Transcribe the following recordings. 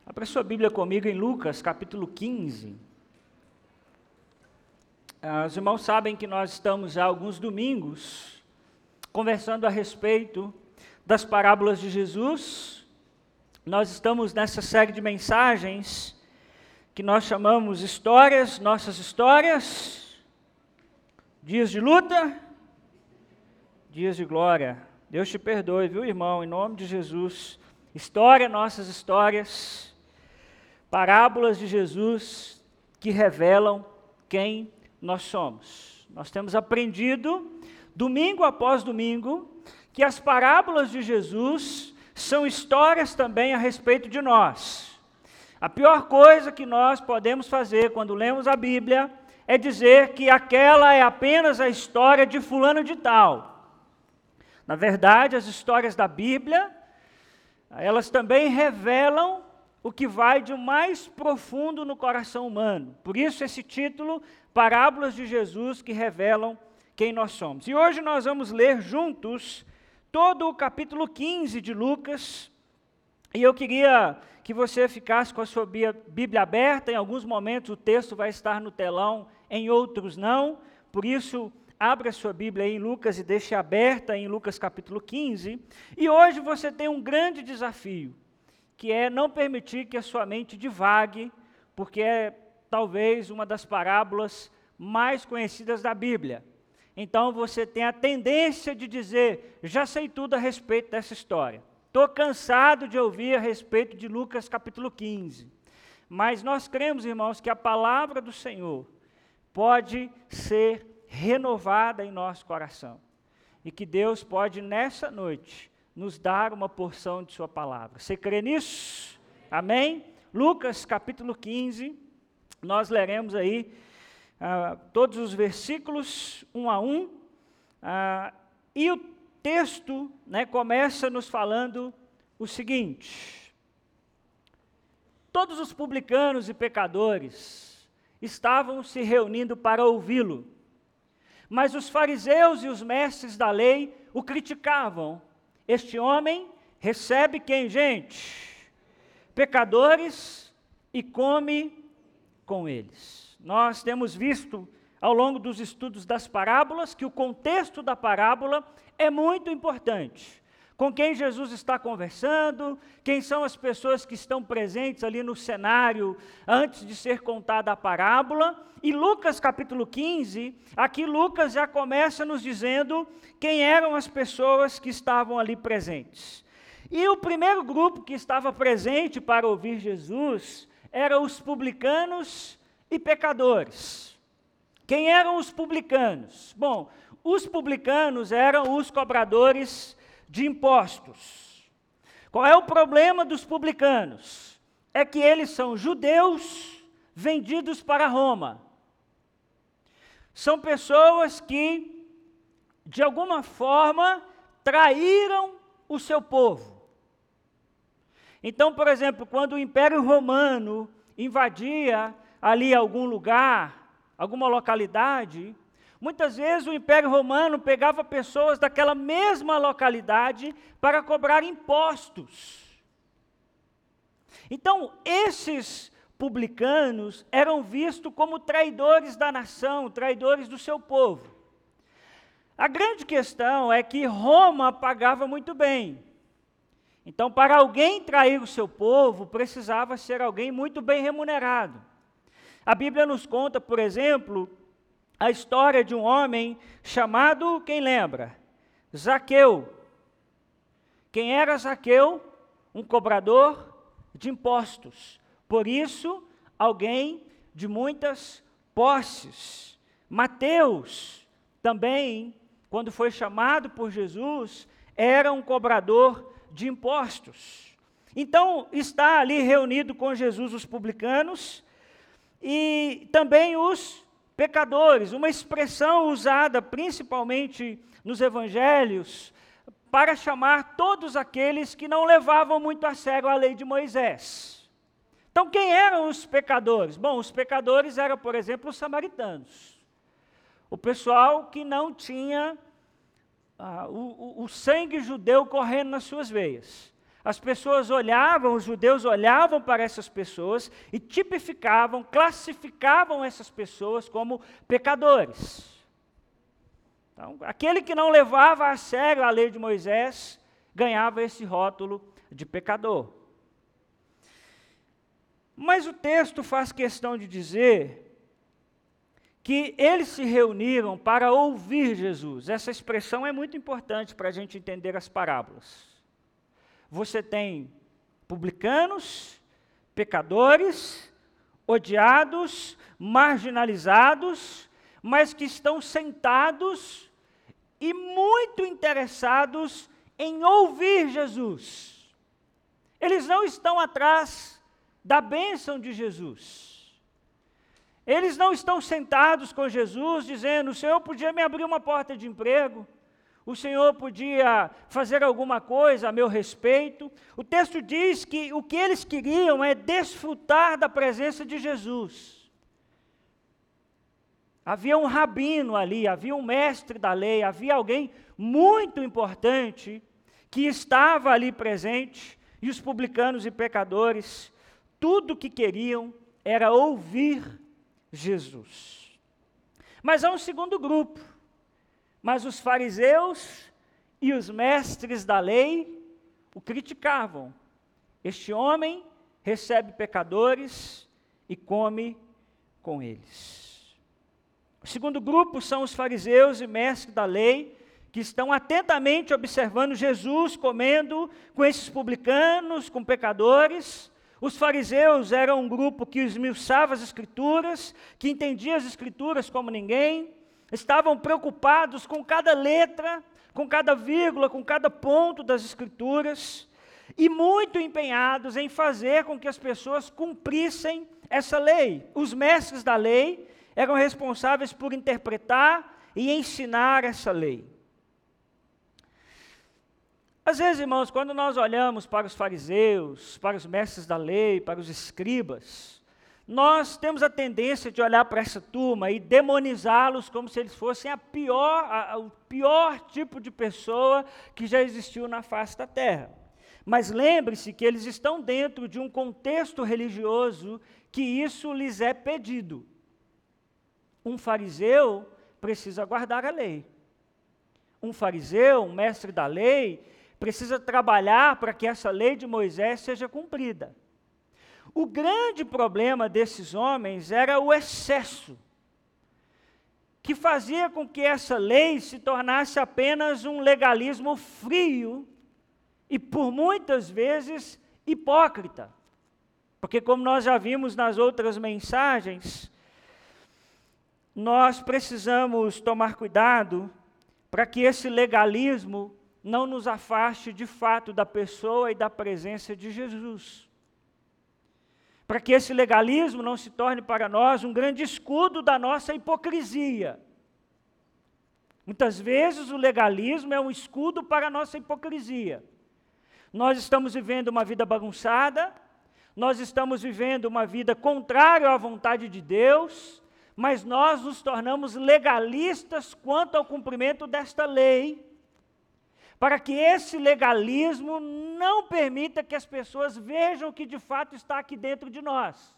Abra sua Bíblia comigo em Lucas, capítulo 15. Os irmãos sabem que nós estamos há alguns domingos conversando a respeito das parábolas de Jesus. Nós estamos nessa série de mensagens que nós chamamos Histórias, Nossas Histórias, Dias de Luta, Dias de Glória. Deus te perdoe, viu, irmão, em nome de Jesus. História, Nossas Histórias, parábolas de Jesus que revelam quem nós somos. Nós temos aprendido, domingo após domingo, que as parábolas de Jesus são histórias também a respeito de nós. A pior coisa que nós podemos fazer quando lemos a Bíblia é dizer que aquela é apenas a história de fulano de tal. Na verdade, as histórias da Bíblia, elas também revelam o que vai de mais profundo no coração humano. Por isso esse título, Parábolas de Jesus que revelam quem nós somos. E hoje nós vamos ler juntos todo o capítulo 15 de Lucas. E eu queria que você ficasse com a sua Bíblia aberta. Em alguns momentos o texto vai estar no telão, em outros não. Por isso, abra a sua Bíblia aí em Lucas e deixe aberta em Lucas capítulo 15. E hoje você tem um grande desafio, que é não permitir que a sua mente divague, porque é talvez uma das parábolas mais conhecidas da Bíblia. Então você tem a tendência de dizer, já sei tudo a respeito dessa história. Estou cansado de ouvir a respeito de Lucas capítulo 15. Mas nós cremos, irmãos, que a palavra do Senhor pode ser renovada em nosso coração. E que Deus pode, nessa noite, nos dar uma porção de sua palavra. Você crê nisso? Amém? Lucas capítulo 15, nós leremos aí todos os versículos, 1 a 1, e o texto começa nos falando o seguinte: todos os publicanos e pecadores estavam se reunindo para ouvi-lo, mas os fariseus e os mestres da lei o criticavam. Este homem recebe quem, gente? Pecadores, e come com eles. Nós temos visto ao longo dos estudos das parábolas que o contexto da parábola é muito importante. Com quem Jesus está conversando, quem são as pessoas que estão presentes ali no cenário antes de ser contada a parábola. E Lucas capítulo 15, aqui Lucas já começa nos dizendo quem eram as pessoas que estavam ali presentes. E o primeiro grupo que estava presente para ouvir Jesus eram os publicanos e pecadores. Quem eram os publicanos? Bom, os publicanos eram os cobradores de impostos. Qual é o problema dos publicanos? É que eles são judeus vendidos para Roma. São pessoas que, de alguma forma, traíram o seu povo. Então, por exemplo, quando o Império Romano invadia ali algum lugar, alguma localidade, muitas vezes o Império Romano pegava pessoas daquela mesma localidade para cobrar impostos. Então, esses publicanos eram vistos como traidores da nação, traidores do seu povo. A grande questão é que Roma pagava muito bem. Então, para alguém trair o seu povo, precisava ser alguém muito bem remunerado. A Bíblia nos conta, por exemplo, a história de um homem chamado, quem lembra? Zaqueu. Quem era Zaqueu? Um cobrador de impostos. Por isso, alguém de muitas posses. Mateus também, quando foi chamado por Jesus, era um cobrador de impostos. Então, está ali reunido com Jesus os publicanos e também os pecadores, uma expressão usada principalmente nos evangelhos para chamar todos aqueles que não levavam muito a sério a lei de Moisés. Então, quem eram os pecadores? Bom, os pecadores eram, por exemplo, os samaritanos. O pessoal que não tinha o sangue judeu correndo nas suas veias. As pessoas olhavam, os judeus olhavam para essas pessoas e tipificavam, classificavam essas pessoas como pecadores. Então, aquele que não levava a sério a lei de Moisés ganhava esse rótulo de pecador. Mas o texto faz questão de dizer que eles se reuniram para ouvir Jesus. Essa expressão é muito importante para a gente entender as parábolas. Você tem publicanos, pecadores, odiados, marginalizados, mas que estão sentados e muito interessados em ouvir Jesus. Eles não estão atrás da bênção de Jesus. Eles não estão sentados com Jesus dizendo: o Senhor podia me abrir uma porta de emprego, o Senhor podia fazer alguma coisa a meu respeito. O texto diz que o que eles queriam é desfrutar da presença de Jesus. Havia um rabino ali, havia um mestre da lei, havia alguém muito importante que estava ali presente, e os publicanos e pecadores, tudo o que queriam era ouvir Jesus. Mas há um segundo grupo. Mas os fariseus e os mestres da lei o criticavam. Este homem recebe pecadores e come com eles. O segundo grupo são os fariseus e mestres da lei, que estão atentamente observando Jesus comendo com esses publicanos, com pecadores. Os fariseus eram um grupo que esmiuçava as Escrituras, que entendia as Escrituras como ninguém, estavam preocupados com cada letra, com cada vírgula, com cada ponto das Escrituras, e muito empenhados em fazer com que as pessoas cumprissem essa lei. Os mestres da lei eram responsáveis por interpretar e ensinar essa lei. Às vezes, irmãos, quando nós olhamos para os fariseus, para os mestres da lei, para os escribas, nós temos a tendência de olhar para essa turma e demonizá-los como se eles fossem o pior tipo de pessoa que já existiu na face da terra. Mas lembre-se que eles estão dentro de um contexto religioso que isso lhes é pedido. Um fariseu precisa guardar a lei. Um fariseu, um mestre da lei, precisa trabalhar para que essa lei de Moisés seja cumprida. O grande problema desses homens era o excesso, que fazia com que essa lei se tornasse apenas um legalismo frio e, por muitas vezes, hipócrita. Porque, como nós já vimos nas outras mensagens, nós precisamos tomar cuidado para que esse legalismo não nos afaste de fato da pessoa e da presença de Jesus. Para que esse legalismo não se torne para nós um grande escudo da nossa hipocrisia. Muitas vezes o legalismo é um escudo para a nossa hipocrisia. Nós estamos vivendo uma vida bagunçada, nós estamos vivendo uma vida contrária à vontade de Deus, mas nós nos tornamos legalistas quanto ao cumprimento desta lei, para que esse legalismo não permita que as pessoas vejam o que de fato está aqui dentro de nós.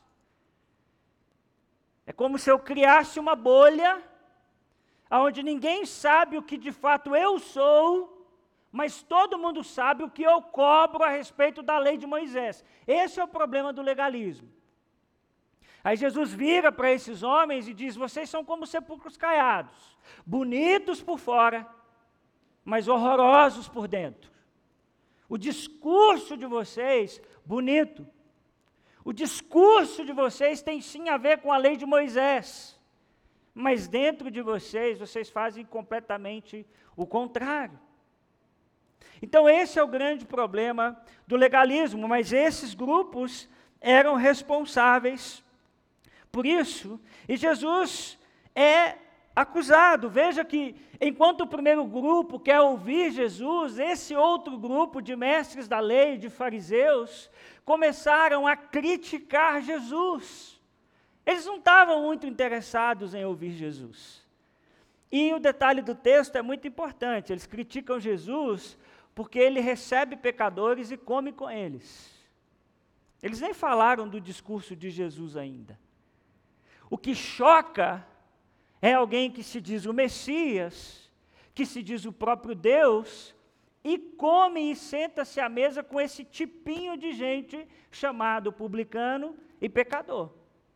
É como se eu criasse uma bolha, onde ninguém sabe o que de fato eu sou, mas todo mundo sabe o que eu cobro a respeito da lei de Moisés. Esse é o problema do legalismo. Aí Jesus vira para esses homens e diz: vocês são como sepulcros caiados, bonitos por fora, mas horrorosos por dentro. O discurso de vocês, bonito. O discurso de vocês tem sim a ver com a lei de Moisés, mas dentro de vocês fazem completamente o contrário. Então esse é o grande problema do legalismo, mas esses grupos eram responsáveis por isso, e Jesus é acusado. Veja que, enquanto o primeiro grupo quer ouvir Jesus, esse outro grupo de mestres da lei, de fariseus, começaram a criticar Jesus. Eles não estavam muito interessados em ouvir Jesus. E o detalhe do texto é muito importante: eles criticam Jesus porque ele recebe pecadores e come com eles. Eles nem falaram do discurso de Jesus ainda. O que choca é alguém que se diz o Messias, que se diz o próprio Deus, e come e senta-se à mesa com esse tipinho de gente chamado publicano e pecador.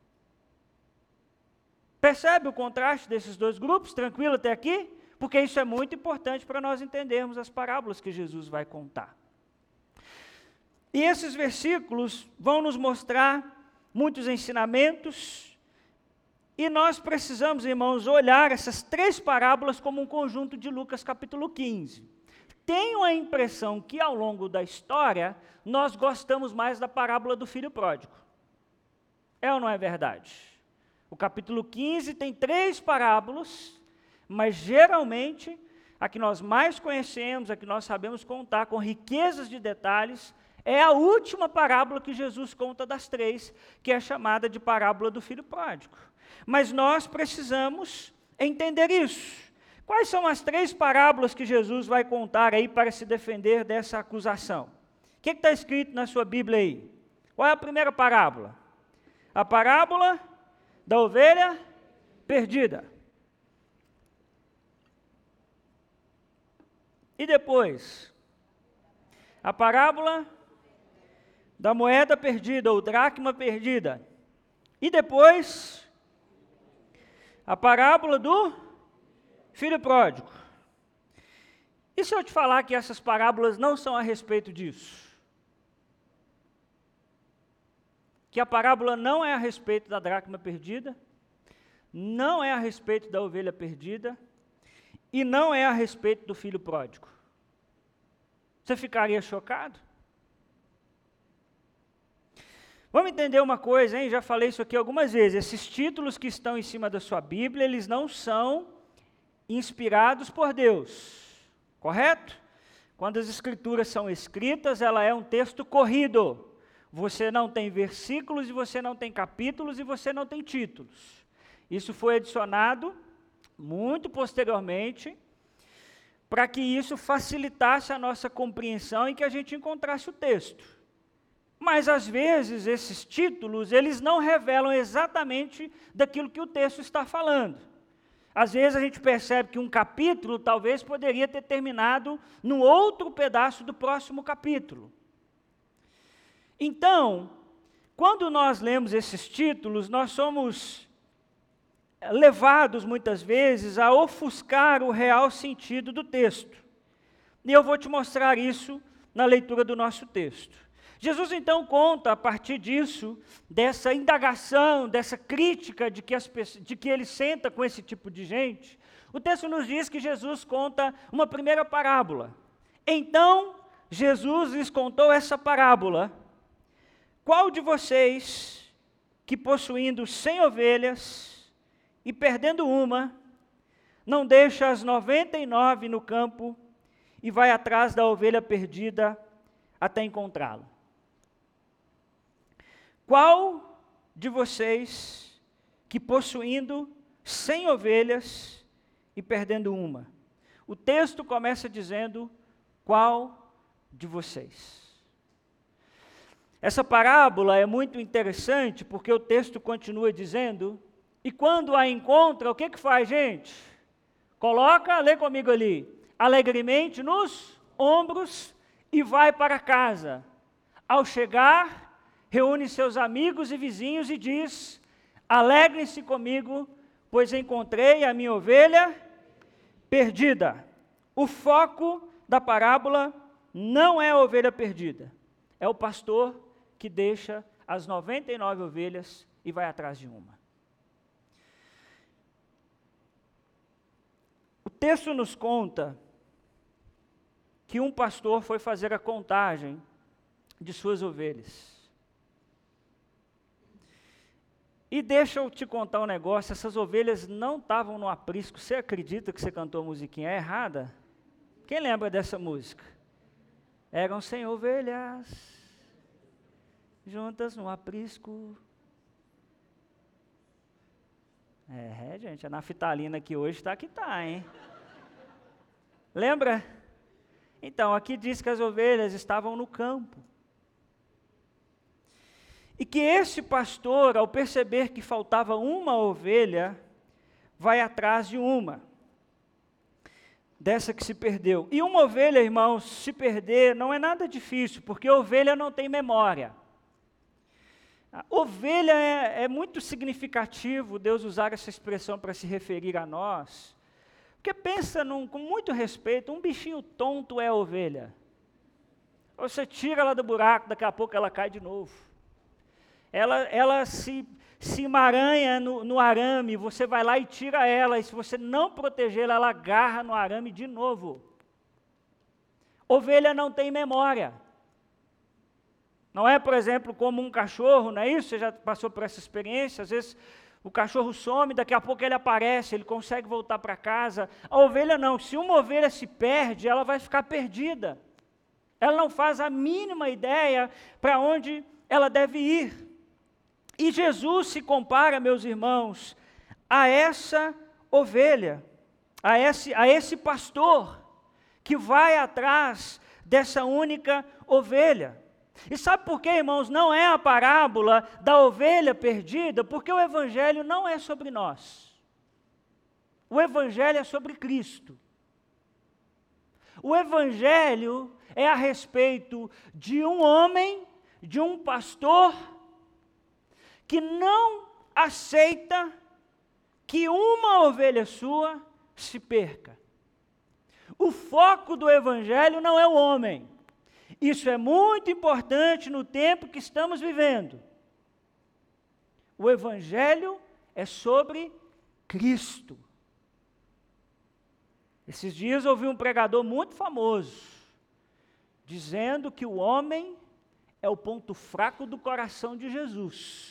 Percebe o contraste desses dois grupos? Tranquilo até aqui? Porque isso é muito importante para nós entendermos as parábolas que Jesus vai contar. E esses versículos vão nos mostrar muitos ensinamentos, e nós precisamos, irmãos, olhar essas 3 parábolas como um conjunto de Lucas capítulo 15. Tenho a impressão que ao longo da história, nós gostamos mais da parábola do filho pródigo. É ou não é verdade? O capítulo 15 tem 3 parábolas, mas geralmente a que nós mais conhecemos, a que nós sabemos contar com riquezas de detalhes, é a última parábola que Jesus conta das 3, que é chamada de parábola do filho pródigo. Mas nós precisamos entender isso. Quais são as 3 parábolas que Jesus vai contar aí para se defender dessa acusação? O que está escrito na sua Bíblia aí? Qual é a primeira parábola? A parábola da ovelha perdida. E depois? A parábola da moeda perdida, ou dracma perdida. E depois? A parábola do filho pródigo. E se eu te falar que essas parábolas não são a respeito disso? Que a parábola não é a respeito da dracma perdida, não é a respeito da ovelha perdida, e não é a respeito do filho pródigo. Você ficaria chocado? Vamos entender uma coisa, hein? Já falei isso aqui algumas vezes. Esses títulos que estão em cima da sua Bíblia, eles não são inspirados por Deus, correto? Quando as escrituras são escritas, ela é um texto corrido. Você não tem versículos, e você não tem capítulos, e você não tem títulos. Isso foi adicionado muito posteriormente, para que isso facilitasse a nossa compreensão e que a gente encontrasse o texto. Mas, às vezes, esses títulos, eles não revelam exatamente daquilo que o texto está falando. Às vezes, a gente percebe que um capítulo, talvez, poderia ter terminado no outro pedaço do próximo capítulo. Então, quando nós lemos esses títulos, nós somos levados, muitas vezes, a ofuscar o real sentido do texto. E eu vou te mostrar isso na leitura do nosso texto. Jesus, então, conta, a partir disso, dessa indagação, dessa crítica de que ele senta com esse tipo de gente, o texto nos diz que Jesus conta uma primeira parábola. Então, Jesus lhes contou essa parábola. Qual de vocês, que possuindo 100 ovelhas e perdendo uma, não deixa as 99 no campo e vai atrás da ovelha perdida até encontrá-la? Qual de vocês, que possuindo 100 ovelhas e perdendo uma? O texto começa dizendo, qual de vocês? Essa parábola é muito interessante, porque o texto continua dizendo, e quando a encontra, o que faz, gente? Coloca, lê comigo ali, alegremente nos ombros e vai para casa. Ao chegar, reúne seus amigos e vizinhos e diz, alegrem-se comigo, pois encontrei a minha ovelha perdida. O foco da parábola não é a ovelha perdida, é o pastor que deixa as 99 ovelhas e vai atrás de uma. O texto nos conta que um pastor foi fazer a contagem de suas ovelhas. E deixa eu te contar um negócio, essas ovelhas não estavam no aprisco. Você acredita que você cantou a musiquinha errada? Quem lembra dessa música? Eram 100 ovelhas, juntas no aprisco. Gente, a naftalina aqui hoje está que está, hein? Lembra? Então, aqui diz que as ovelhas estavam no campo. E que esse pastor, ao perceber que faltava uma ovelha, vai atrás de uma, dessa que se perdeu. E uma ovelha, irmãos, se perder não é nada difícil, porque a ovelha não tem memória. A ovelha é muito significativo Deus usar essa expressão para se referir a nós, porque pensa com muito respeito, um bichinho tonto é a ovelha. Você tira ela do buraco, daqui a pouco ela cai de novo. Ela se emaranha no arame, você vai lá e tira ela, e se você não protegê-la, ela agarra no arame de novo. Ovelha não tem memória. Não é, por exemplo, como um cachorro, não é isso? Você já passou por essa experiência? Às vezes o cachorro some, daqui a pouco ele aparece, ele consegue voltar para casa. A ovelha não, se uma ovelha se perde, ela vai ficar perdida. Ela não faz a mínima ideia para onde ela deve ir. E Jesus se compara, meus irmãos, a essa ovelha, a esse pastor, que vai atrás dessa única ovelha. E sabe por quê, irmãos? Não é a parábola da ovelha perdida, porque o Evangelho não é sobre nós. O Evangelho é sobre Cristo. O Evangelho é a respeito de um homem, de um pastor, que não aceita que uma ovelha sua se perca. O foco do Evangelho não é o homem. Isso é muito importante no tempo que estamos vivendo. O Evangelho é sobre Cristo. Esses dias eu ouvi um pregador muito famoso, dizendo que o homem é o ponto fraco do coração de Jesus.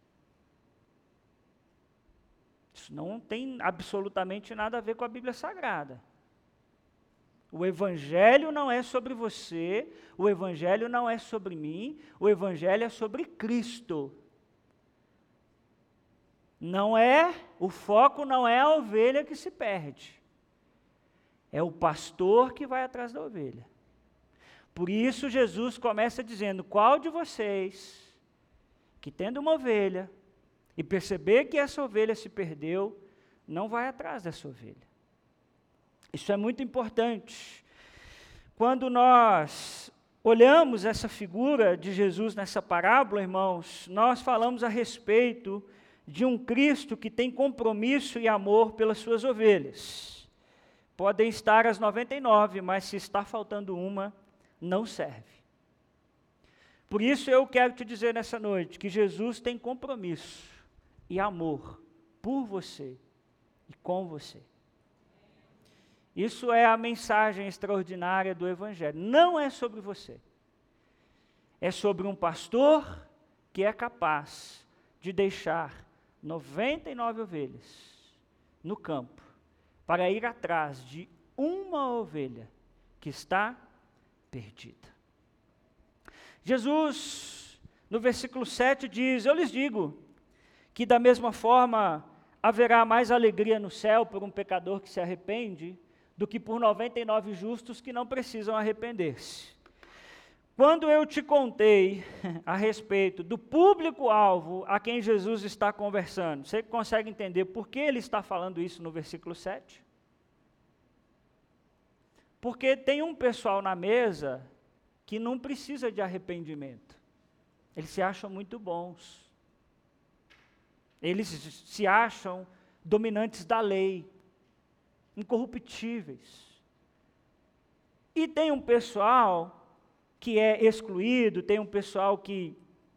Isso não tem absolutamente nada a ver com a Bíblia Sagrada. O Evangelho não é sobre você, o Evangelho não é sobre mim, o Evangelho é sobre Cristo. O foco não é a ovelha que se perde. É o pastor que vai atrás da ovelha. Por isso Jesus começa dizendo: qual de vocês, que tendo uma ovelha, e perceber que essa ovelha se perdeu, não vai atrás dessa ovelha? Isso é muito importante. Quando nós olhamos essa figura de Jesus nessa parábola, irmãos, nós falamos a respeito de um Cristo que tem compromisso e amor pelas suas ovelhas. Podem estar as 99, mas se está faltando uma, não serve. Por isso eu quero te dizer nessa noite que Jesus tem compromisso e amor por você e com você. Isso é a mensagem extraordinária do Evangelho. Não é sobre você. É sobre um pastor que é capaz de deixar 99 ovelhas no campo para ir atrás de uma ovelha que está perdida. Jesus, no versículo 7, diz: eu lhes digo que da mesma forma haverá mais alegria no céu por um pecador que se arrepende do que por 99 justos que não precisam arrepender-se. Quando eu te contei a respeito do público-alvo a quem Jesus está conversando, você consegue entender por que ele está falando isso no versículo 7? Porque tem um pessoal na mesa que não precisa de arrependimento. Eles se acham muito bons. Eles se acham dominantes da lei, incorruptíveis. E tem um pessoal que é excluído, tem um pessoal que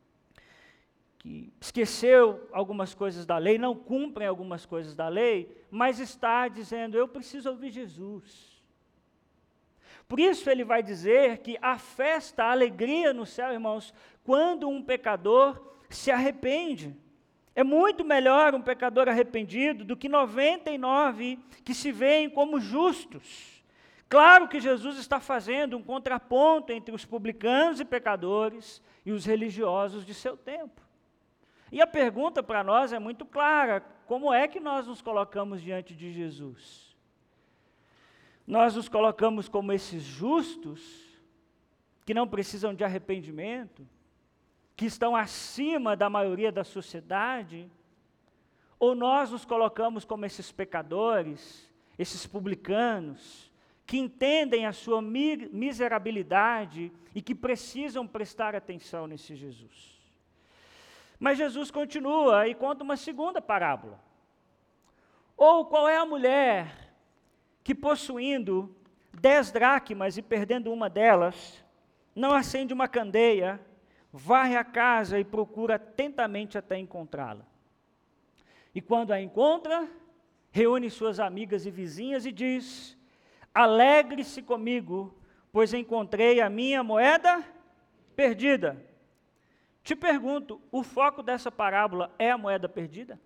esqueceu algumas coisas da lei, não cumprem algumas coisas da lei, mas está dizendo: eu preciso ouvir Jesus. Por isso ele vai dizer que a festa, a alegria no céu, irmãos, quando um pecador se arrepende. É muito melhor um pecador arrependido do que 99 que se veem como justos. Claro que Jesus está fazendo um contraponto entre os publicanos e pecadores e os religiosos de seu tempo. E a pergunta para nós é muito clara: como é que nós nos colocamos diante de Jesus? Nós nos colocamos como esses justos, que não precisam de arrependimento, que estão acima da maioria da sociedade, ou nós nos colocamos como esses pecadores, esses publicanos, que entendem a sua miserabilidade e que precisam prestar atenção nesse Jesus. Mas Jesus continua e conta uma segunda parábola. Ou qual é a mulher que, possuindo 10 dracmas e perdendo uma delas, não acende uma candeia, varre a casa e procura atentamente até encontrá-la. E quando a encontra, reúne suas amigas e vizinhas e diz: alegre-se comigo, pois encontrei a minha moeda perdida. Te pergunto, o foco dessa parábola é a moeda perdida?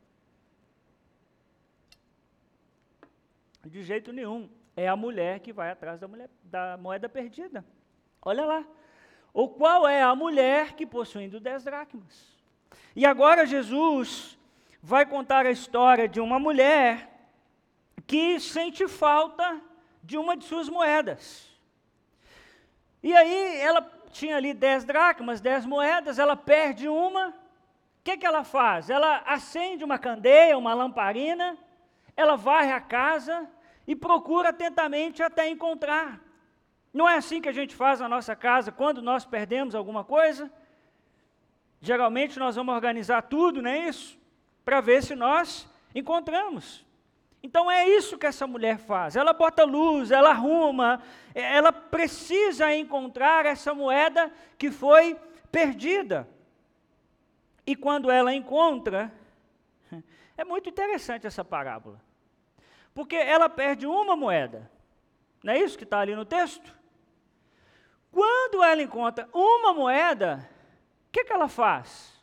De jeito nenhum. É a mulher que vai atrás da moeda perdida. Olha lá. Ou qual é a mulher que possuindo 10 dracmas? E agora Jesus vai contar a história de uma mulher que sente falta de uma de suas moedas. E aí ela tinha ali 10 dracmas, 10 moedas, ela perde uma. O que ela faz? Ela acende uma candeia, uma lamparina, ela varre a casa e procura atentamente até encontrar. Não é assim que a gente faz na nossa casa quando nós perdemos alguma coisa? Geralmente nós vamos organizar tudo, não é isso? Para ver se nós encontramos. Então é isso que essa mulher faz. Ela bota luz, ela arruma, ela precisa encontrar essa moeda que foi perdida. E quando ela encontra, é muito interessante essa parábola. Porque ela perde uma moeda. Não é isso que está ali no texto? Quando ela encontra uma moeda, o que ela faz?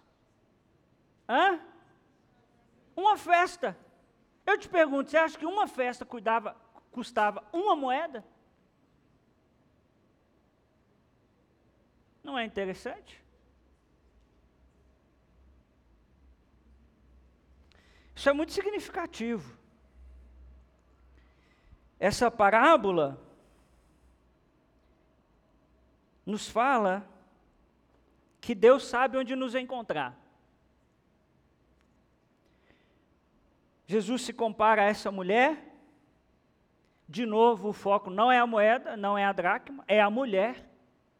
Uma festa. Eu te pergunto, você acha que uma festa custava uma moeda? Não é interessante? Isso é muito significativo. Essa parábola nos fala que Deus sabe onde nos encontrar. Jesus se compara a essa mulher. De novo, o foco não é a moeda, não é a dracma, é a mulher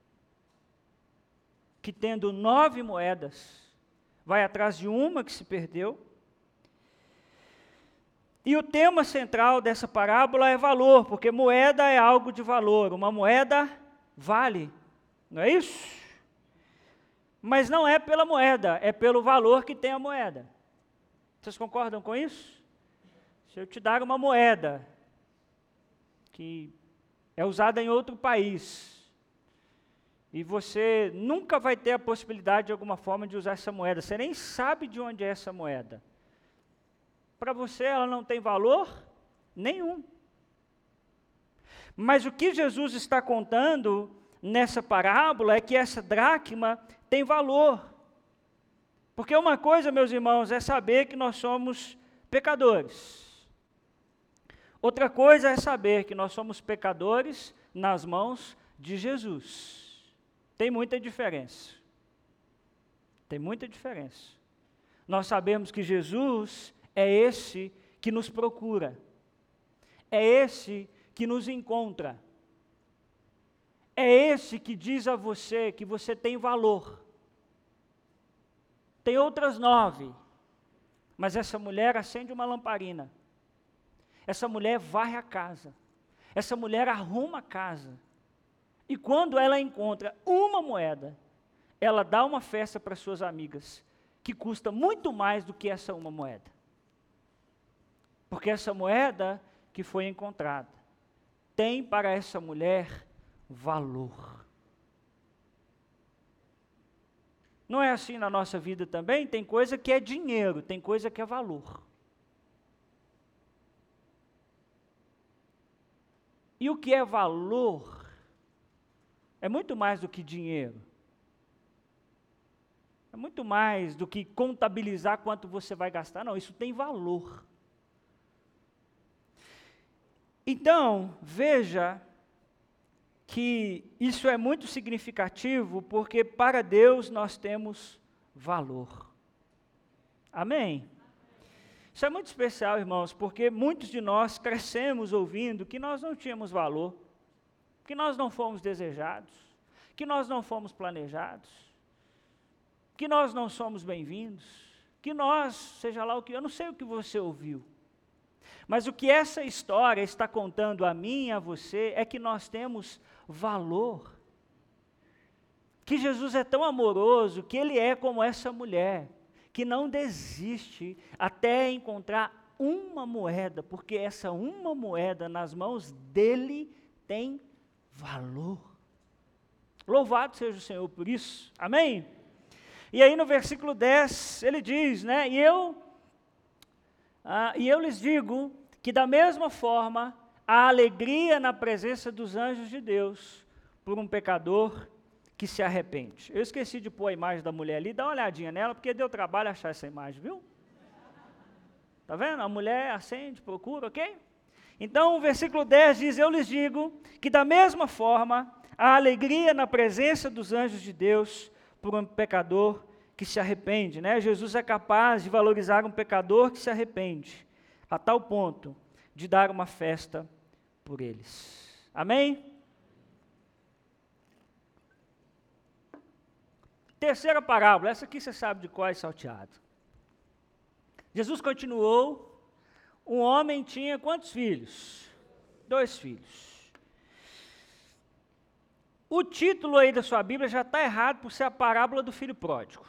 que, tendo 9 moedas, vai atrás de uma que se perdeu. E o tema central dessa parábola é valor, porque moeda é algo de valor, uma moeda vale, não é isso? Mas não é pela moeda, é pelo valor que tem a moeda. Vocês concordam com isso? Se eu te dar uma moeda que é usada em outro país, e você nunca vai ter a possibilidade de alguma forma de usar essa moeda, você nem sabe de onde é essa moeda. Para você ela não tem valor nenhum. Mas o que Jesus está contando nessa parábola é que essa dracma tem valor. Porque uma coisa, meus irmãos, é saber que nós somos pecadores. Outra coisa é saber que nós somos pecadores nas mãos de Jesus. Tem muita diferença. Tem muita diferença. Nós sabemos que Jesus é esse que nos procura. É esse que nos encontra. É esse que diz a você que você tem valor. Tem outras 9, mas essa mulher acende uma lamparina. Essa mulher varre a casa. Essa mulher arruma a casa. E quando ela encontra uma moeda, ela dá uma festa para suas amigas, que custa muito mais do que essa uma moeda. Porque essa moeda que foi encontrada tem para essa mulher valor. Não é assim na nossa vida também? Tem coisa que é dinheiro, tem coisa que é valor. E o que é valor é muito mais do que dinheiro. É muito mais do que contabilizar quanto você vai gastar. Não, isso tem valor. Então, veja que isso é muito significativo, porque para Deus nós temos valor. Amém? Isso é muito especial, irmãos, porque muitos de nós crescemos ouvindo que nós não tínhamos valor, que nós não fomos desejados, que nós não fomos planejados, que nós não somos bem-vindos, que nós, seja lá o que, eu não sei o que você ouviu, mas o que essa história está contando a mim e a você é que nós temos valor, que Jesus é tão amoroso, que Ele é como essa mulher, que não desiste até encontrar uma moeda, porque essa uma moeda nas mãos dele tem valor. Louvado seja o Senhor por isso, amém? E aí no versículo 10, ele diz, né, e eu lhes digo que da mesma forma, a alegria na presença dos anjos de Deus, por um pecador que se arrepende. Eu esqueci de pôr a imagem da mulher ali, dá uma olhadinha nela, porque deu trabalho achar essa imagem, viu? Tá vendo? A mulher acende, procura, ok? Então o versículo 10 diz, eu lhes digo que da mesma forma, a alegria na presença dos anjos de Deus, por um pecador que se arrepende, né? Jesus é capaz de valorizar um pecador que se arrepende, a tal ponto de dar uma festa por eles. Amém? Terceira parábola, essa aqui você sabe de qual é salteado. Jesus continuou, um homem tinha quantos filhos? 2 filhos. O título aí da sua Bíblia já está errado por ser a parábola do filho pródigo.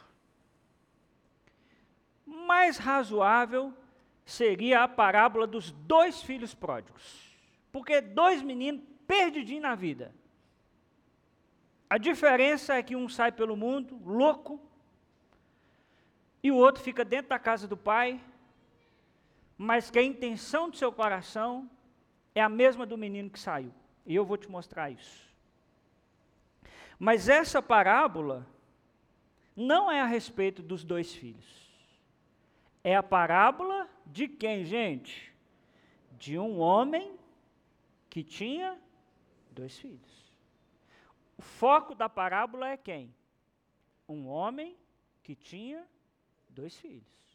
Mais razoável seria a parábola dos 2 filhos pródigos. Porque 2 meninos perdidinhos na vida. A diferença é que um sai pelo mundo, louco, e o outro fica dentro da casa do pai, mas que a intenção do seu coração é a mesma do menino que saiu. E eu vou te mostrar isso. Mas essa parábola não é a respeito dos 2 filhos. É a parábola de quem, gente? De um homem que tinha 2 filhos. O foco da parábola é quem? Um homem que tinha 2 filhos.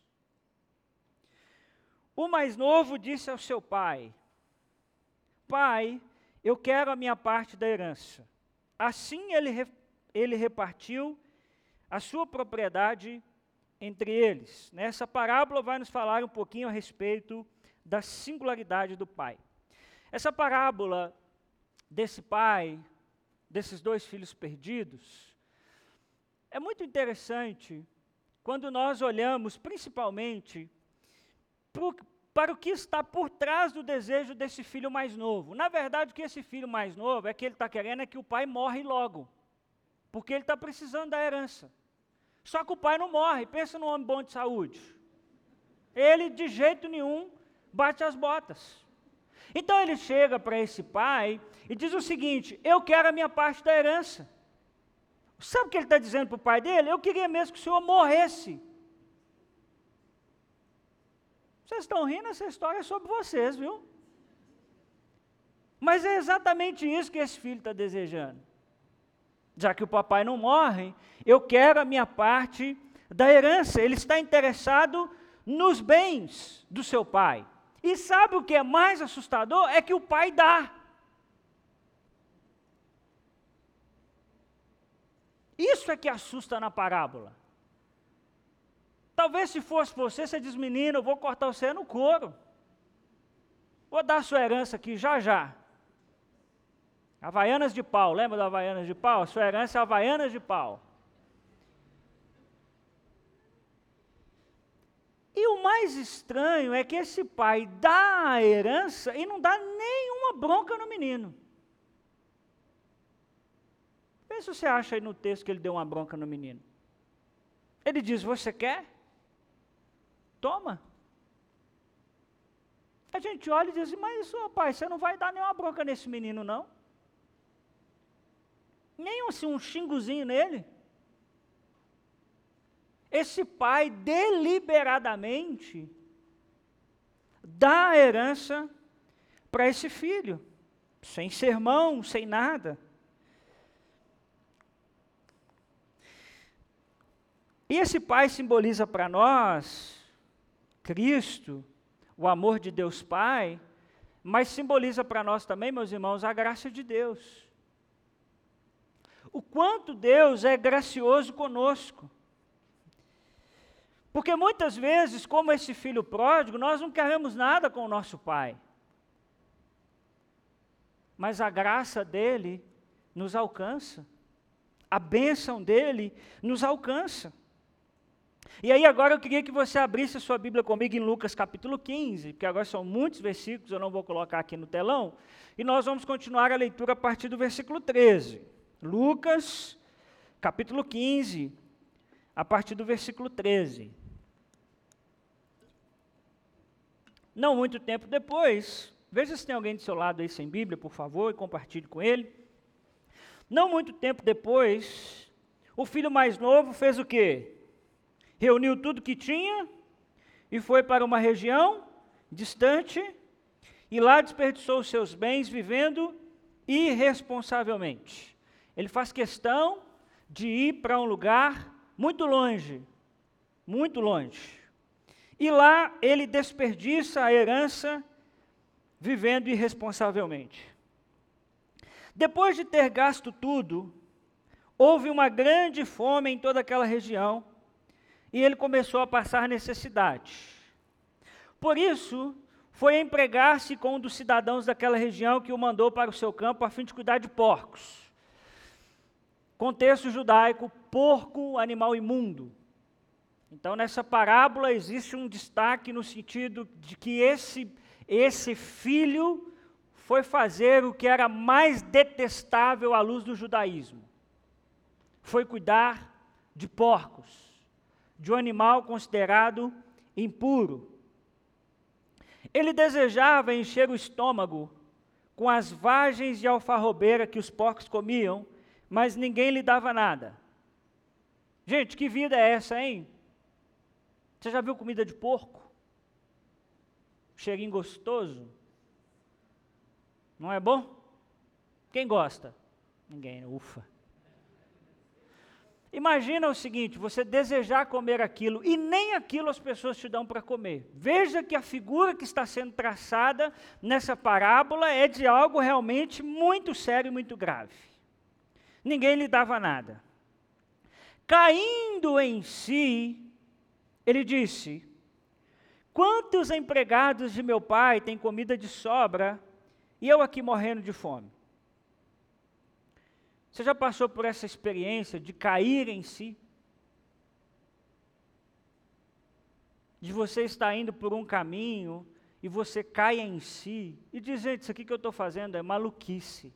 O mais novo disse ao seu pai, pai, eu quero a minha parte da herança. Assim ele repartiu a sua propriedade entre eles. Nessa parábola vai nos falar um pouquinho a respeito da singularidade do pai. Essa parábola desse pai, desses 2 filhos perdidos, é muito interessante quando nós olhamos principalmente para o que está por trás do desejo desse filho mais novo. Na verdade, o que esse filho mais novo é que ele está querendo é que o pai morre logo, porque ele está precisando da herança. Só que o pai não morre, pensa num homem bom de saúde. Ele, de jeito nenhum, bate as botas. Então ele chega para esse pai e diz o seguinte, eu quero a minha parte da herança. Sabe o que ele está dizendo para o pai dele? Eu queria mesmo que o senhor morresse. Vocês estão rindo, essa história é sobre vocês, viu? Mas é exatamente isso que esse filho está desejando. Já que o papai não morre, eu quero a minha parte da herança. Ele está interessado nos bens do seu pai. E sabe o que é mais assustador? É que o pai dá. Isso é que assusta na parábola. Talvez se fosse você, você diz, menino, eu vou cortar você no couro. Vou dar a sua herança aqui já já. Havaianas de pau, lembra da Havaianas de pau? A sua herança é Havaianas de pau. E o mais estranho é que esse pai dá a herança e não dá nenhuma bronca no menino. Vê se você acha aí no texto que ele deu uma bronca no menino. Ele diz, você quer? Toma. A gente olha e diz, mas pai, você não vai dar nenhuma bronca nesse menino não? Nem assim, um xingozinho nele. Esse pai deliberadamente dá a herança para esse filho, sem sermão, sem nada. E esse pai simboliza para nós Cristo, o amor de Deus Pai, mas simboliza para nós também, meus irmãos, a graça de Deus. O quanto Deus é gracioso conosco. Porque muitas vezes, como esse filho pródigo, nós não queremos nada com o nosso pai. Mas a graça dele nos alcança. A bênção dele nos alcança. E aí agora eu queria que você abrisse a sua Bíblia comigo em Lucas capítulo 15, porque agora são muitos versículos, eu não vou colocar aqui no telão, e nós vamos continuar a leitura a partir do versículo 13. Lucas capítulo 15, a partir do versículo 13. Não muito tempo depois, veja se tem alguém do seu lado aí sem Bíblia, por favor, e compartilhe com ele. Não muito tempo depois, o filho mais novo fez o quê? Reuniu tudo que tinha e foi para uma região distante e lá desperdiçou os seus bens vivendo irresponsavelmente. Ele faz questão de ir para um lugar muito longe, muito longe. E lá ele desperdiça a herança vivendo irresponsavelmente. Depois de ter gasto tudo, houve uma grande fome em toda aquela região e ele começou a passar necessidade. Por isso, foi empregar-se com um dos cidadãos daquela região que o mandou para o seu campo a fim de cuidar de porcos. Contexto judaico, porco, animal imundo. Então, nessa parábola existe um destaque no sentido de que esse filho foi fazer o que era mais detestável à luz do judaísmo. Foi cuidar de porcos, de um animal considerado impuro. Ele desejava encher o estômago com as vagens de alfarrobeira que os porcos comiam, mas ninguém lhe dava nada. Gente, que vida é essa, hein? Você já viu comida de porco? Cheirinho gostoso? Não é bom? Quem gosta? Ninguém, ufa. Imagina o seguinte, você desejar comer aquilo e nem aquilo as pessoas te dão para comer. Veja que a figura que está sendo traçada nessa parábola é de algo realmente muito sério e muito grave. Ninguém lhe dava nada. Caindo em si, ele disse: quantos empregados de meu pai têm comida de sobra e eu aqui morrendo de fome? Você já passou por essa experiência de cair em si? De você estar indo por um caminho e você cai em si e diz: gente, isso aqui que eu estou fazendo é maluquice.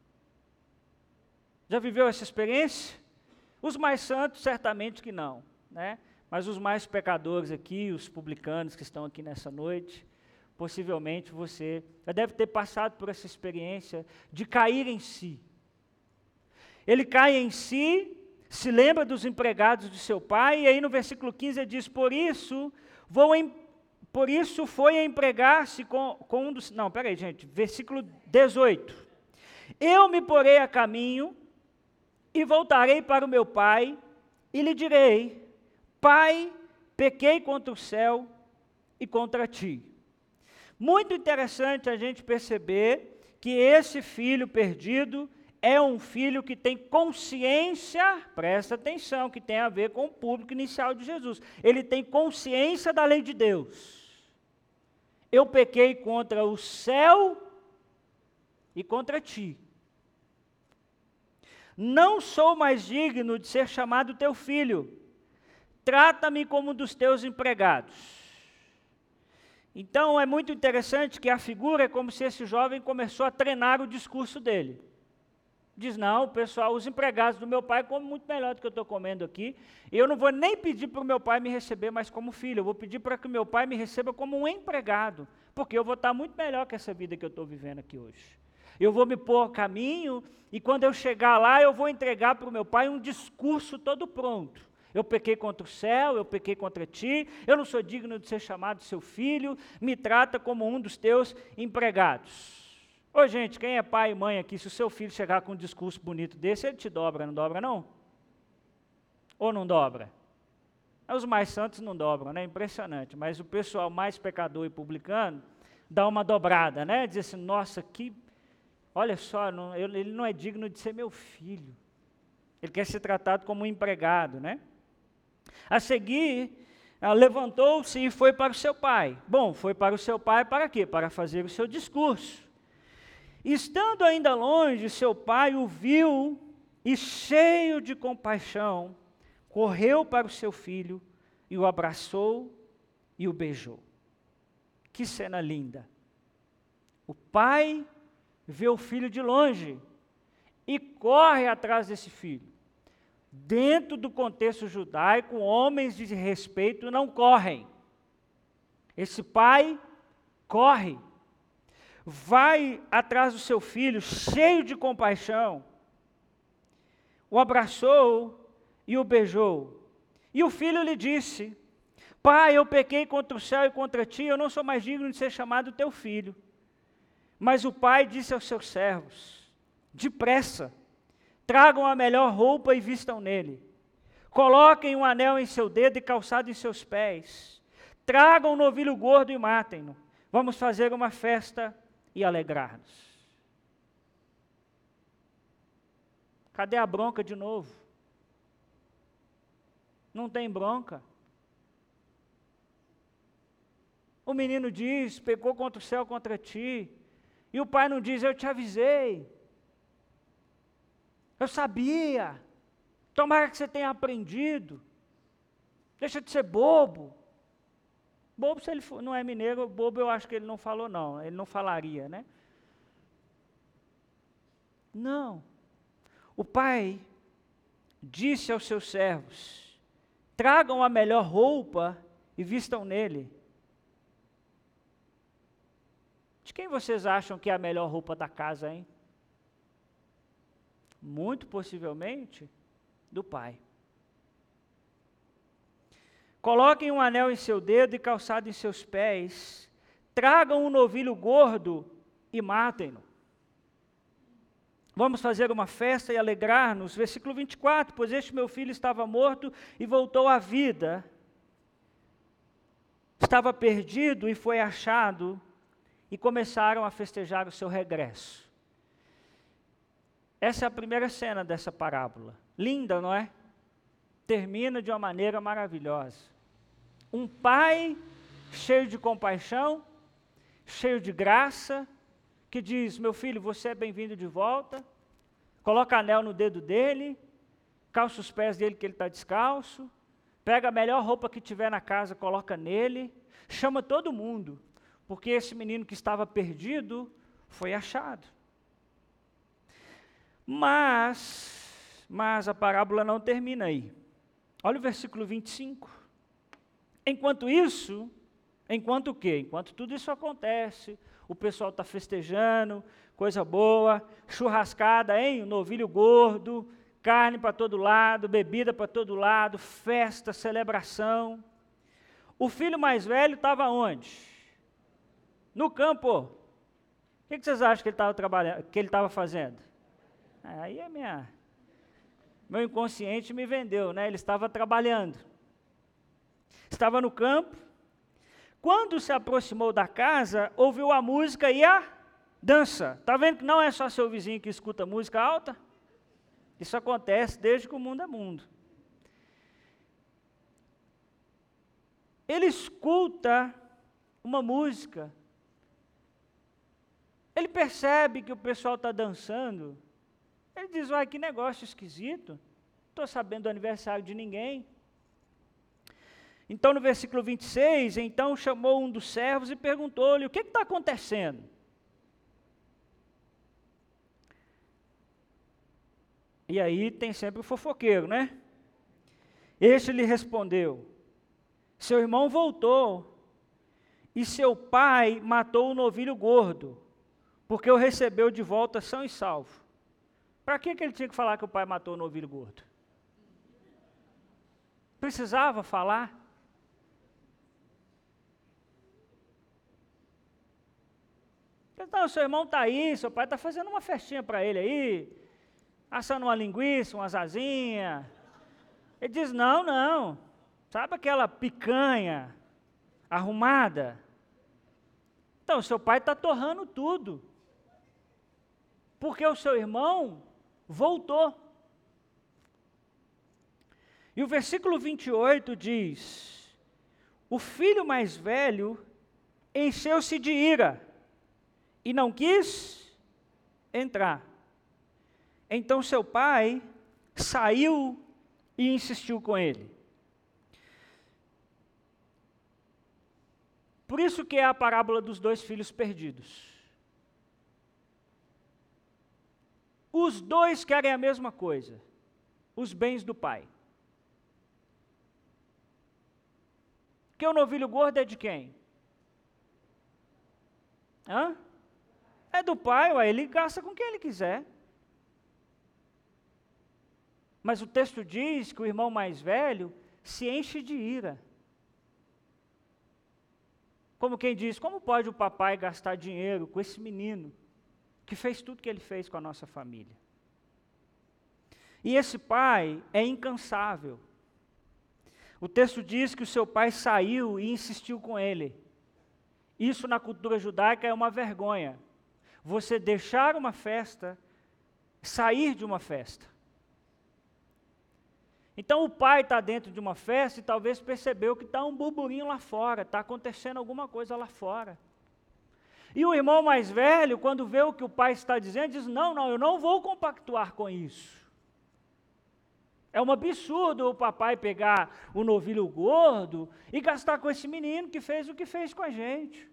Já viveu essa experiência? Os mais santos, certamente que não, né? Mas os mais pecadores aqui, os publicanos que estão aqui nessa noite, possivelmente você já deve ter passado por essa experiência de cair em si. Ele cai em si, se lembra dos empregados de seu pai, e aí no versículo 15 ele diz: por isso foi empregar-se com um dos... Não, peraí, gente, versículo 18. Eu me porei a caminho e voltarei para o meu pai e lhe direi: Pai, pequei contra o céu e contra ti. Muito interessante a gente perceber que esse filho perdido é um filho que tem consciência, presta atenção, que tem a ver com o público inicial de Jesus. Ele tem consciência da lei de Deus. Eu pequei contra o céu e contra ti. Não sou mais digno de ser chamado teu filho. Trata-me como um dos teus empregados. Então, é muito interessante que a figura é como se esse jovem começou a treinar o discurso dele. Diz: não, pessoal, os empregados do meu pai comem muito melhor do que eu estou comendo aqui. Eu não vou nem pedir para o meu pai me receber mais como filho, eu vou pedir para que o meu pai me receba como um empregado, porque eu vou estar muito melhor que essa vida que eu estou vivendo aqui hoje. Eu vou me pôr a caminho, e quando eu chegar lá, eu vou entregar para o meu pai um discurso todo pronto. Eu pequei contra o céu, eu pequei contra ti, eu não sou digno de ser chamado seu filho, me trata como um dos teus empregados. Ô gente, quem é pai e mãe aqui, se o seu filho chegar com um discurso bonito desse, ele te dobra, não dobra não? Ou não dobra? Os mais santos não dobram, né? Impressionante, mas o pessoal mais pecador e publicano dá uma dobrada, né? Diz assim, nossa, olha só, ele não é digno de ser meu filho. Ele quer ser tratado como um empregado, né? A seguir, levantou-se e foi para o seu pai. Bom, foi para o seu pai para quê? Para fazer o seu discurso. Estando ainda longe, seu pai o viu e, cheio de compaixão, correu para o seu filho e o abraçou e o beijou. Que cena linda! O pai vê o filho de longe e corre atrás desse filho. Dentro do contexto judaico, homens de respeito não correm. Esse pai corre, vai atrás do seu filho, cheio de compaixão, o abraçou e o beijou. E o filho lhe disse, pai, eu pequei contra o céu e contra ti, eu não sou mais digno de ser chamado teu filho. Mas o pai disse aos seus servos, depressa, tragam a melhor roupa e vistam nele. Coloquem um anel em seu dedo e calçado em seus pés. Tragam um novilho gordo e matem-no. Vamos fazer uma festa e alegrar-nos. Cadê a bronca de novo? Não tem bronca. O menino diz, pecou contra o céu, contra ti. E o pai não diz, eu te avisei. Eu sabia. Tomara que você tenha aprendido. Deixa de ser bobo. Bobo, se ele não é mineiro, bobo eu acho que ele não falou não. Ele não falaria, né? Não. O pai disse aos seus servos, tragam a melhor roupa e vistam nele. De quem vocês acham que é a melhor roupa da casa, hein? Muito possivelmente do pai. Coloquem um anel em seu dedo e calçado em seus pés, tragam um novilho gordo e matem-no. Vamos fazer uma festa e alegrar-nos. Versículo 24, pois este meu filho estava morto e voltou à vida. Estava perdido e foi achado, e começaram a festejar o seu regresso. Essa é a primeira cena dessa parábola. Linda, não é? Termina de uma maneira maravilhosa. Um pai cheio de compaixão, cheio de graça, que diz, meu filho, você é bem-vindo de volta, coloca anel no dedo dele, calça os pés dele que ele está descalço, pega a melhor roupa que tiver na casa, coloca nele, chama todo mundo, porque esse menino que estava perdido foi achado. Mas a parábola não termina aí. Olha o versículo 25. Enquanto isso, enquanto o quê? Enquanto tudo isso acontece, o pessoal está festejando, coisa boa, churrascada, hein? Um novilho gordo, carne para todo lado, bebida para todo lado, festa, celebração. O filho mais velho estava onde? No campo. O que vocês acham que ele estava trabalhando, que ele estava fazendo? Aí meu inconsciente me vendeu, né? Ele estava trabalhando. Estava no campo. Quando se aproximou da casa, ouviu a música e a dança. Está vendo que não é só seu vizinho que escuta música alta? Isso acontece desde que o mundo é mundo. Ele escuta uma música. Ele percebe que o pessoal está dançando. Ele diz, uai, que negócio esquisito. Não estou sabendo do aniversário de ninguém. Então, no versículo 26, então chamou um dos servos e perguntou-lhe, o que está acontecendo? E aí tem sempre o fofoqueiro, né? Este lhe respondeu, seu irmão voltou, e seu pai matou o novilho gordo, porque o recebeu de volta são e salvo. Para que ele tinha que falar que o pai matou o novilho gordo? Precisava falar? Então, seu irmão está aí, seu pai está fazendo uma festinha para ele aí, assando uma linguiça, umas asinhas. Ele diz, não, não. Sabe aquela picanha arrumada? Então, seu pai está torrando tudo. Porque o seu irmão voltou. E o versículo 28 diz, o filho mais velho encheu-se de ira e não quis entrar. Então seu pai saiu e insistiu com ele. Por isso que é a parábola dos dois filhos perdidos. Os dois querem a mesma coisa, os bens do pai. Porque o novilho gordo é de quem? Hã? É do pai, ué, ele gasta com quem ele quiser. Mas o texto diz que o irmão mais velho se enche de ira. Como quem diz, como pode o papai gastar dinheiro com esse menino que fez tudo que ele fez com a nossa família? E esse pai é incansável. O texto diz que o seu pai saiu e insistiu com ele. Isso na cultura judaica é uma vergonha. Você deixar uma festa, sair de uma festa. Então o pai está dentro de uma festa e talvez percebeu que está um burburinho lá fora, está acontecendo alguma coisa lá fora. E o irmão mais velho, quando vê o que o pai está dizendo, diz, não, eu não vou compactuar com isso. É um absurdo o papai pegar o novilho gordo e gastar com esse menino que fez o que fez com a gente.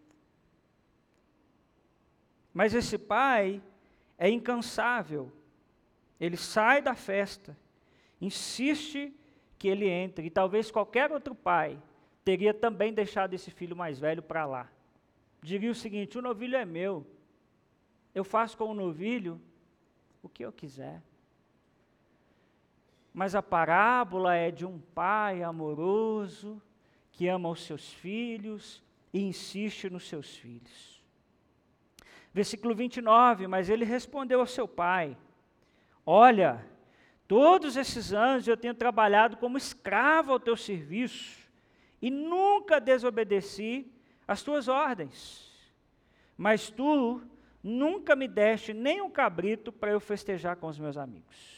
Mas esse pai é incansável. Ele sai da festa, insiste que ele entre. E talvez qualquer outro pai teria também deixado esse filho mais velho para lá. Diria o seguinte, o novilho é meu. Eu faço com o novilho o que eu quiser. Mas a parábola é de um pai amoroso, que ama os seus filhos e insiste nos seus filhos. Versículo 29, mas ele respondeu ao seu pai, olha, todos esses anos eu tenho trabalhado como escravo ao teu serviço e nunca desobedeci às tuas ordens. Mas tu nunca me deste nem um cabrito para eu festejar com os meus amigos.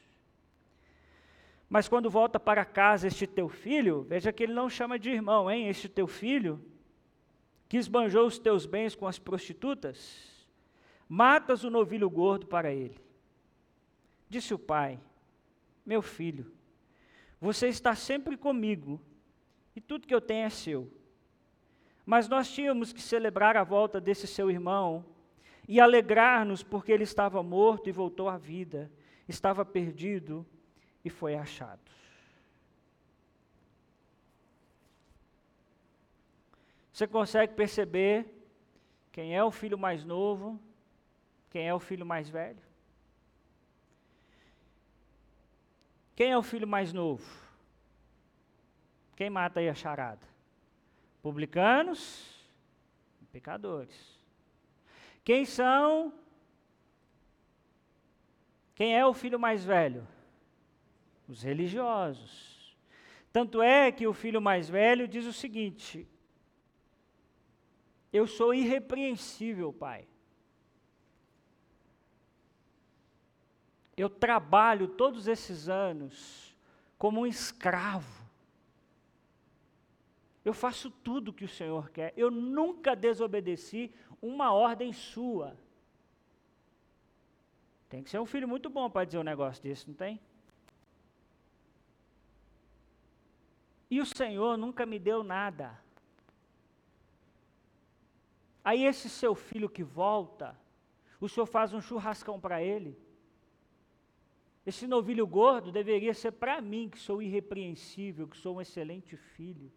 Mas quando volta para casa este teu filho, veja que ele não chama de irmão, hein? Este teu filho, que esbanjou os teus bens com as prostitutas, matas o novilho gordo para ele. Disse o pai, meu filho, você está sempre comigo, e tudo que eu tenho é seu. Mas nós tínhamos que celebrar a volta desse seu irmão, e alegrar-nos porque ele estava morto e voltou à vida, estava perdido e foi achado. Você consegue perceber quem é o filho mais novo, quem é o filho mais velho? Quem é o filho mais novo? Quem mata aí a charada? Publicanos e pecadores. Quem é o filho mais velho? Os religiosos. Tanto é que o filho mais velho diz o seguinte, eu sou irrepreensível, pai. Eu trabalho todos esses anos como um escravo. Eu faço tudo o que o Senhor quer. Eu nunca desobedeci uma ordem sua. Tem que ser um filho muito bom para dizer um negócio desse, não tem? E o Senhor nunca me deu nada. Aí esse seu filho que volta, o Senhor faz um churrascão para ele. Esse novilho gordo deveria ser para mim, que sou irrepreensível, que sou um excelente filho.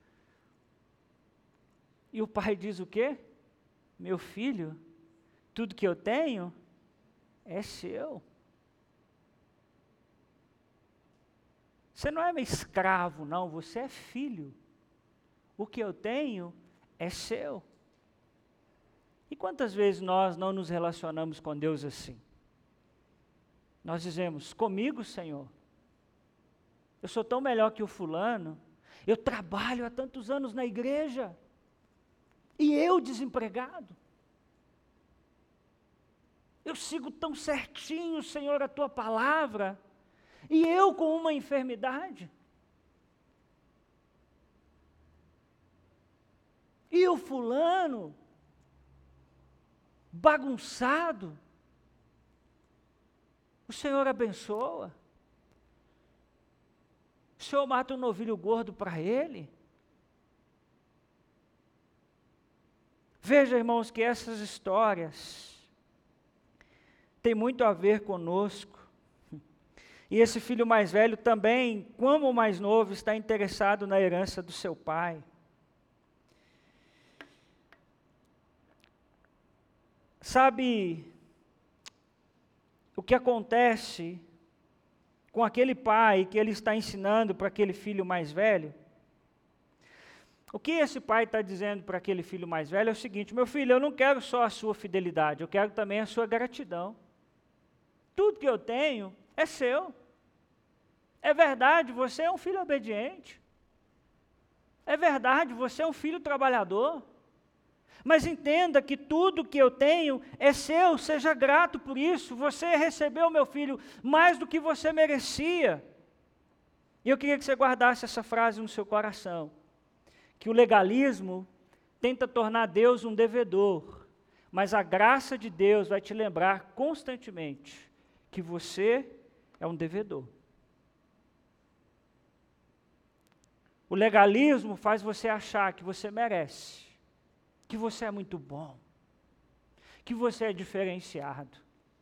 E o pai diz o quê? Meu filho, tudo que eu tenho é seu. Você não é meu escravo, não, você é filho. O que eu tenho é seu. E quantas vezes nós não nos relacionamos com Deus assim? Nós dizemos, comigo, Senhor, eu sou tão melhor que o fulano, eu trabalho há tantos anos na igreja, e eu desempregado. Eu sigo tão certinho, Senhor, a tua palavra, e eu com uma enfermidade. E o fulano, bagunçado, o Senhor abençoa. O Senhor mata um novilho gordo para ele. Veja, irmãos, que essas histórias têm muito a ver conosco. E esse filho mais velho também, como o mais novo, está interessado na herança do seu pai. Sabe o que acontece com aquele pai que ele está ensinando para aquele filho mais velho? O que esse pai está dizendo para aquele filho mais velho é o seguinte: meu filho, eu não quero só a sua fidelidade, eu quero também a sua gratidão. Tudo que eu tenho é seu. É verdade, você é um filho obediente. É verdade, você é um filho trabalhador. Mas entenda que tudo que eu tenho é seu, seja grato por isso. Você recebeu, meu filho, mais do que você merecia. E eu queria que você guardasse essa frase no seu coração. Que o legalismo tenta tornar Deus um devedor, mas a graça de Deus vai te lembrar constantemente que você é um devedor. O legalismo faz você achar que você merece, que você é muito bom, que você é diferenciado,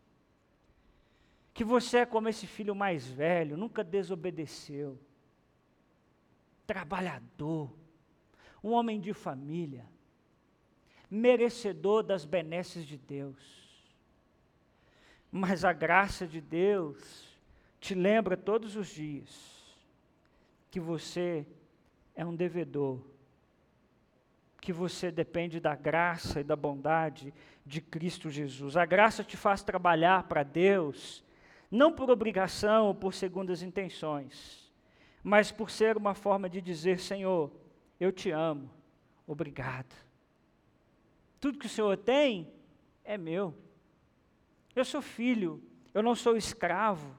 que você é como esse filho mais velho, nunca desobedeceu, trabalhador, um homem de família, merecedor das benesses de Deus. Mas a graça de Deus te lembra todos os dias que você é um devedor, que você depende da graça e da bondade de Cristo Jesus. A graça te faz trabalhar para Deus, não por obrigação ou por segundas intenções, mas por ser uma forma de dizer: Senhor, eu te amo, obrigado. Tudo que o Senhor tem é meu. Eu sou filho, eu não sou escravo.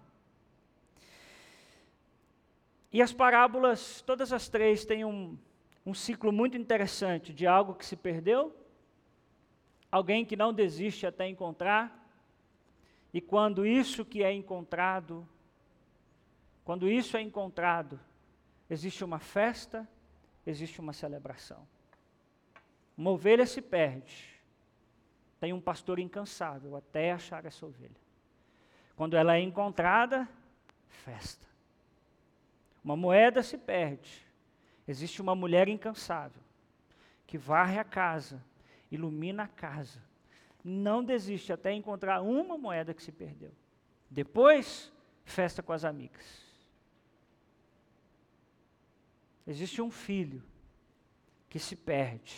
E as parábolas, todas as três, têm um ciclo muito interessante de algo que se perdeu, alguém que não desiste até encontrar, e quando isso é encontrado, existe uma festa, existe uma celebração. Uma ovelha se perde, tem um pastor incansável até achar essa ovelha. Quando ela é encontrada, festa. Uma moeda se perde, existe uma mulher incansável, que varre a casa, ilumina a casa, não desiste até encontrar uma moeda que se perdeu. Depois, festa com as amigas. Existe um filho que se perde,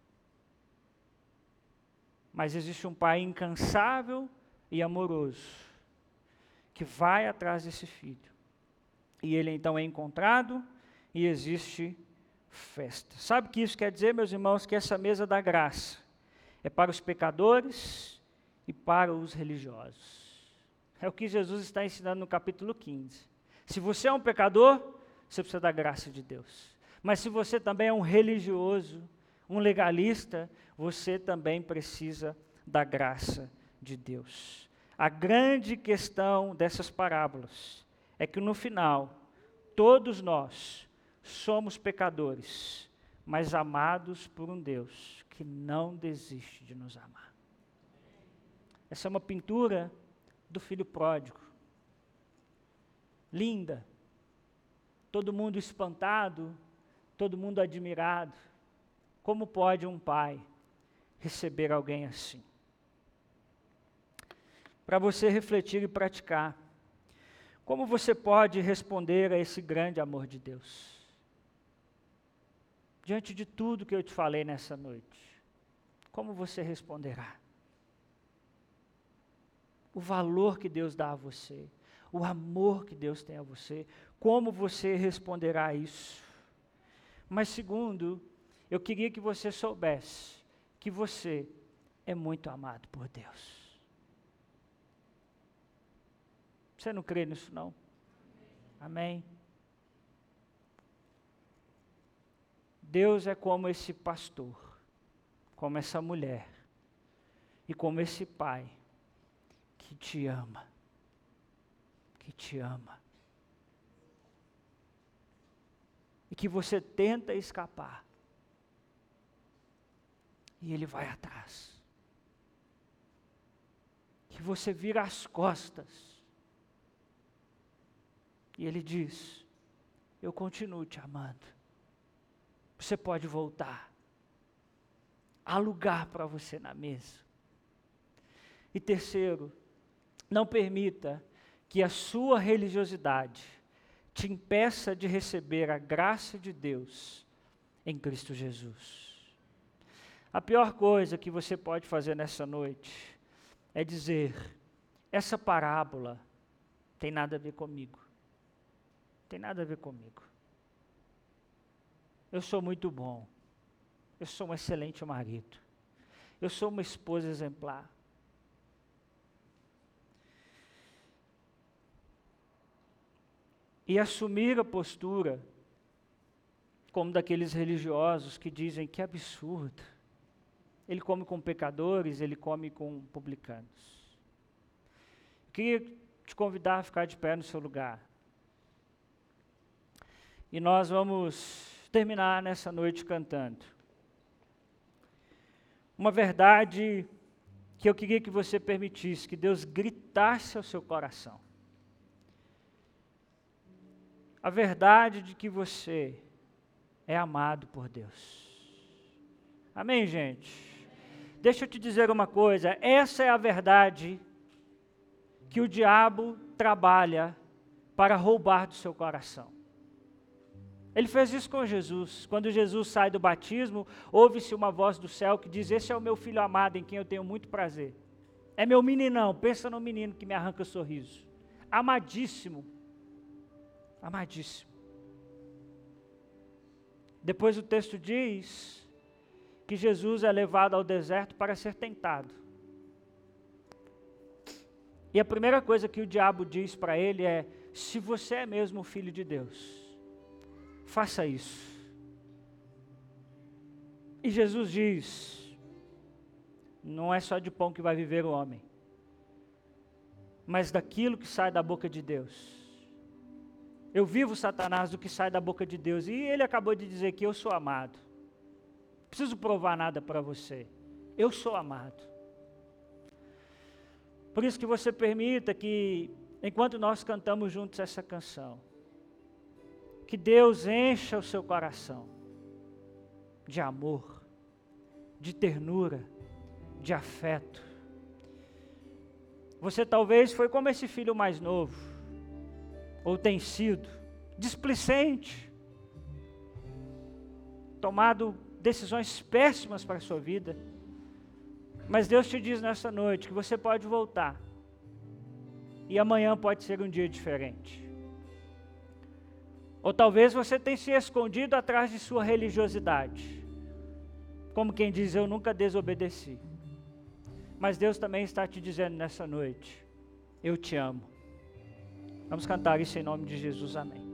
mas existe um pai incansável e amoroso, que vai atrás desse filho. E ele então é encontrado e existe festa. Sabe o que isso quer dizer, meus irmãos? Que essa mesa da graça é para os pecadores e para os religiosos. É o que Jesus está ensinando no capítulo 15. Se você é um pecador, você precisa da graça de Deus. Mas se você também é um religioso, um legalista, você também precisa da graça de Deus. A grande questão dessas parábolas é que no final, todos nós somos pecadores, mas amados por um Deus que não desiste de nos amar. Essa é uma pintura do filho pródigo. Linda. Todo mundo espantado, todo mundo admirado. Como pode um pai receber alguém assim? Para você refletir e praticar. Como você pode responder a esse grande amor de Deus? Diante de tudo que eu te falei nessa noite, como você responderá? O valor que Deus dá a você, o amor que Deus tem a você, como você responderá a isso? Mas segundo, eu queria que você soubesse que você é muito amado por Deus. Você não crê nisso, não? Amém? Deus é como esse pastor, como essa mulher, e como esse pai, que te ama, que te ama. E que você tenta escapar, e ele vai atrás. Que você vira as costas, e ele diz, eu continuo te amando. Você pode voltar. Há lugar para você na mesa. E terceiro, não permita que a sua religiosidade te impeça de receber a graça de Deus em Cristo Jesus. A pior coisa que você pode fazer nessa noite é dizer, essa parábola tem nada a ver comigo. Tem nada a ver comigo. Eu sou muito bom. Eu sou um excelente marido. Eu sou uma esposa exemplar. E assumir a postura como daqueles religiosos que dizem que absurdo. Ele come com pecadores, ele come com publicanos. Eu queria te convidar a ficar de pé no seu lugar. E nós vamos terminar nessa noite cantando uma verdade que eu queria que você permitisse, que Deus gritasse ao seu coração. A verdade de que você é amado por Deus. Amém, gente? Deixa eu te dizer uma coisa, essa é a verdade que o diabo trabalha para roubar do seu coração. Ele fez isso com Jesus. Quando Jesus sai do batismo, ouve-se uma voz do céu que diz, esse é o meu filho amado em quem eu tenho muito prazer. É meu meninão, pensa no menino que me arranca sorriso. Amadíssimo. Amadíssimo. Depois o texto diz que Jesus é levado ao deserto para ser tentado. E a primeira coisa que o diabo diz para ele é, se você é mesmo o filho de Deus, faça isso. E Jesus diz, não é só de pão que vai viver o homem, mas daquilo que sai da boca de Deus. Eu vivo, Satanás, do que sai da boca de Deus. E ele acabou de dizer que eu sou amado. Não preciso provar nada para você. Eu sou amado. Por isso que você permita que, enquanto nós cantamos juntos essa canção, que Deus encha o seu coração de amor, de ternura, de afeto. Você talvez foi como esse filho mais novo, ou tem sido, displicente, tomado decisões péssimas para a sua vida, mas Deus te diz nessa noite que você pode voltar, e amanhã pode ser um dia diferente. Ou talvez você tenha se escondido atrás de sua religiosidade, como quem diz, eu nunca desobedeci. Mas Deus também está te dizendo nessa noite, eu te amo. Vamos cantar isso em nome de Jesus, amém.